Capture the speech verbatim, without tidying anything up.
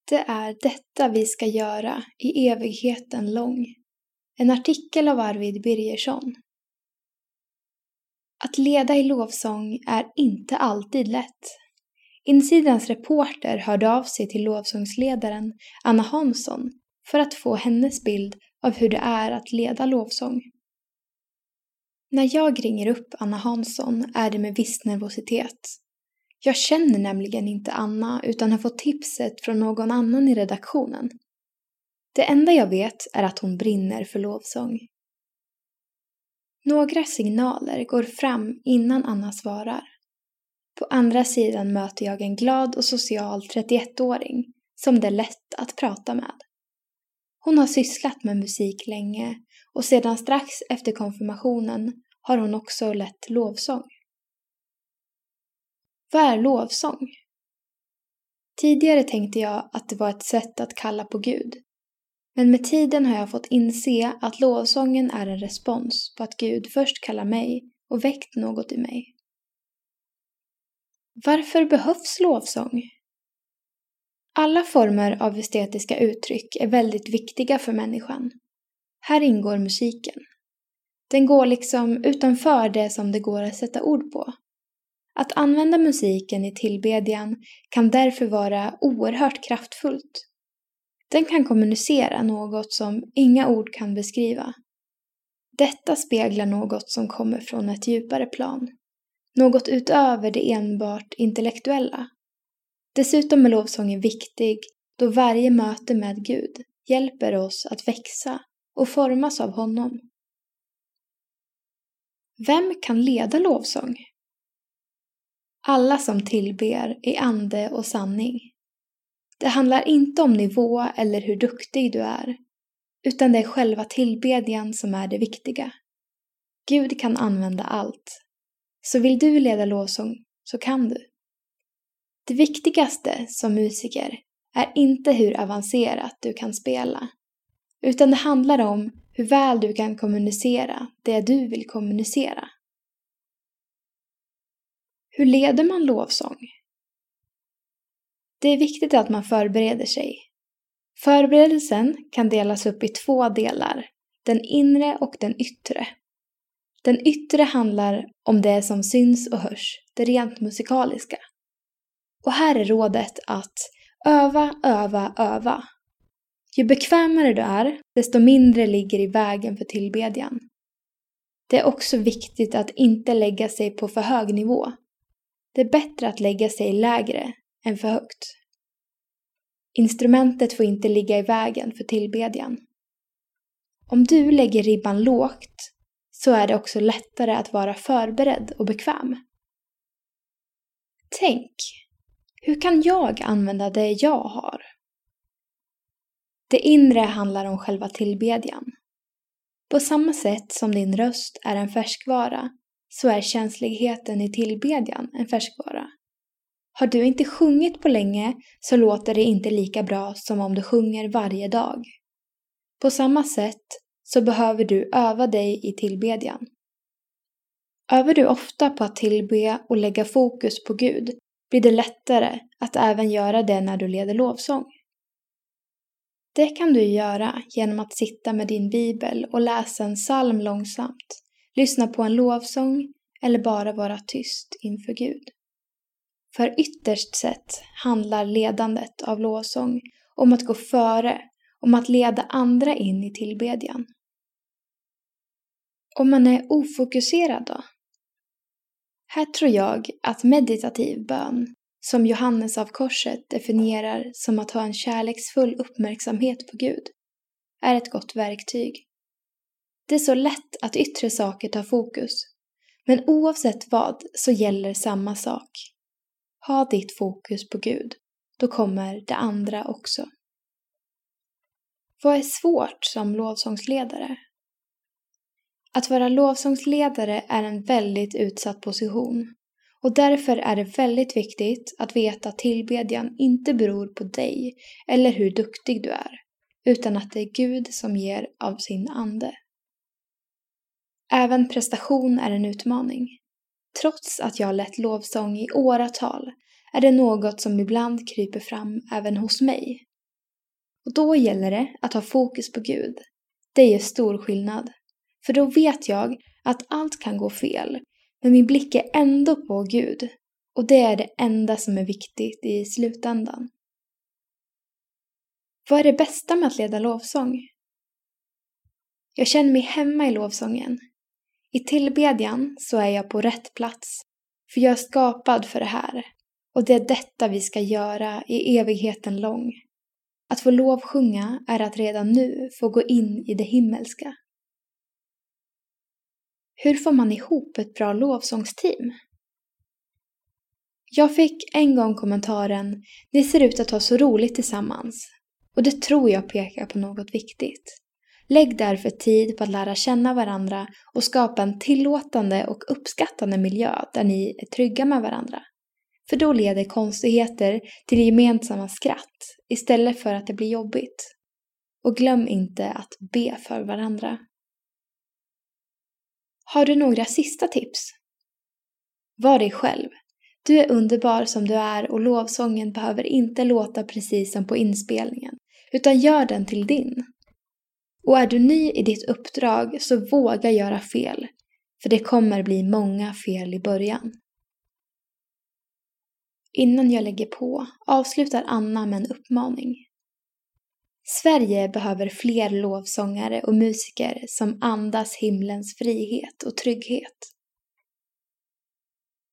Det är detta vi ska göra i evigheten lång. En artikel av Arvid Birgersson. Att leda i lovsång är inte alltid lätt. Insidans reporter hörde av sig till lovsångsledaren Anna Hansson för att få hennes bild av hur det är att leda lovsång. När jag ringer upp Anna Hansson är det med viss nervositet. Jag känner nämligen inte Anna utan har fått tipset från någon annan i redaktionen. Det enda jag vet är att hon brinner för lovsång. Några signaler går fram innan Anna svarar. På andra sidan möter jag en glad och social trettioettåring som det är lätt att prata med. Hon har sysslat med musik länge och sedan strax efter konfirmationen har hon också lett lovsång. Vad är lovsång? Tidigare tänkte jag att det var ett sätt att kalla på Gud. Men med tiden har jag fått inse att lovsången är en respons på att Gud först kallar mig och väckt något i mig. Varför behövs lovsång? Alla former av estetiska uttryck är väldigt viktiga för människan. Här ingår musiken. Den går liksom utanför det som det går att sätta ord på. Att använda musiken i tillbedjan kan därför vara oerhört kraftfullt. Den kan kommunicera något som inga ord kan beskriva. Detta speglar något som kommer från ett djupare plan. Något utöver det enbart intellektuella. Dessutom är lovsången viktig då varje möte med Gud hjälper oss att växa och formas av honom. Vem kan leda lovsång? Alla som tillber i ande och sanning. Det handlar inte om nivå eller hur duktig du är, utan det är själva tillbedjan som är det viktiga. Gud kan använda allt. Så vill du leda lovsång så kan du. Det viktigaste som musiker är inte hur avancerat du kan spela, utan det handlar om hur väl du kan kommunicera det du vill kommunicera. Hur leder man lovsång? Det är viktigt att man förbereder sig. Förberedelsen kan delas upp i två delar, den inre och den yttre. Den yttre handlar om det som syns och hörs, det rent musikaliska. Och här är rådet att öva, öva, öva. Ju bekvämare du är, desto mindre ligger i vägen för tillbedjan. Det är också viktigt att inte lägga sig på för hög nivå. Det är bättre att lägga sig lägre än för högt. Instrumentet får inte ligga i vägen för tillbedjan. Om du lägger ribban lågt så är det också lättare att vara förberedd och bekväm. Tänk, hur kan jag använda det jag har? Det inre handlar om själva tillbedjan. På samma sätt som din röst är en färskvara så är känsligheten i tillbedjan en färskvara. Har du inte sjungit på länge så låter det inte lika bra som om du sjunger varje dag. På samma sätt så behöver du öva dig i tillbedjan. Övar du ofta på att tillbe och lägga fokus på Gud blir det lättare att även göra det när du leder lovsång. Det kan du göra genom att sitta med din bibel och läsa en psalm långsamt, lyssna på en lovsång eller bara vara tyst inför Gud. För ytterst sett handlar ledandet av lovsång om att gå före, om att leda andra in i tillbedjan. Om man är ofokuserad då? Här tror jag att meditativ bön, som Johannes av Korset definierar som att ha en kärleksfull uppmärksamhet på Gud, är ett gott verktyg. Det är så lätt att yttre saker tar fokus, men oavsett vad så gäller samma sak. Ha ditt fokus på Gud, då kommer det andra också. Vad är svårt som lovsångsledare? Att vara lovsångsledare är en väldigt utsatt position och därför är det väldigt viktigt att veta att tillbedjan inte beror på dig eller hur duktig du är, utan att det är Gud som ger av sin ande. Även prestation är en utmaning. Trots att jag har lett lovsång i åratal är det något som ibland kryper fram även hos mig. Och då gäller det att ha fokus på Gud. Det gör stor skillnad. För då vet jag att allt kan gå fel, men min blick är ändå på Gud. Och det är det enda som är viktigt i slutändan. Vad är det bästa med att leda lovsång? Jag känner mig hemma i lovsången. I tillbedjan så är jag på rätt plats, för jag är skapad för det här. Och det är detta vi ska göra i evigheten lång. Att få lovsjunga är att redan nu få gå in i det himmelska. Hur får man ihop ett bra lovsångsteam? Jag fick en gång kommentaren, ni ser ut att ha så roligt tillsammans. Och det tror jag pekar på något viktigt. Lägg därför tid på att lära känna varandra och skapa en tillåtande och uppskattande miljö där ni är trygga med varandra. För då leder konstigheter till gemensamma skratt istället för att det blir jobbigt. Och glöm inte att be för varandra. Har du några sista tips? Var dig själv. Du är underbar som du är och lovsången behöver inte låta precis som på inspelningen, utan gör den till din. Och är du ny i ditt uppdrag så våga göra fel, för det kommer bli många fel i början. Innan jag lägger på avslutar Anna med en uppmaning. Sverige behöver fler lovsångare och musiker som andas himlens frihet och trygghet.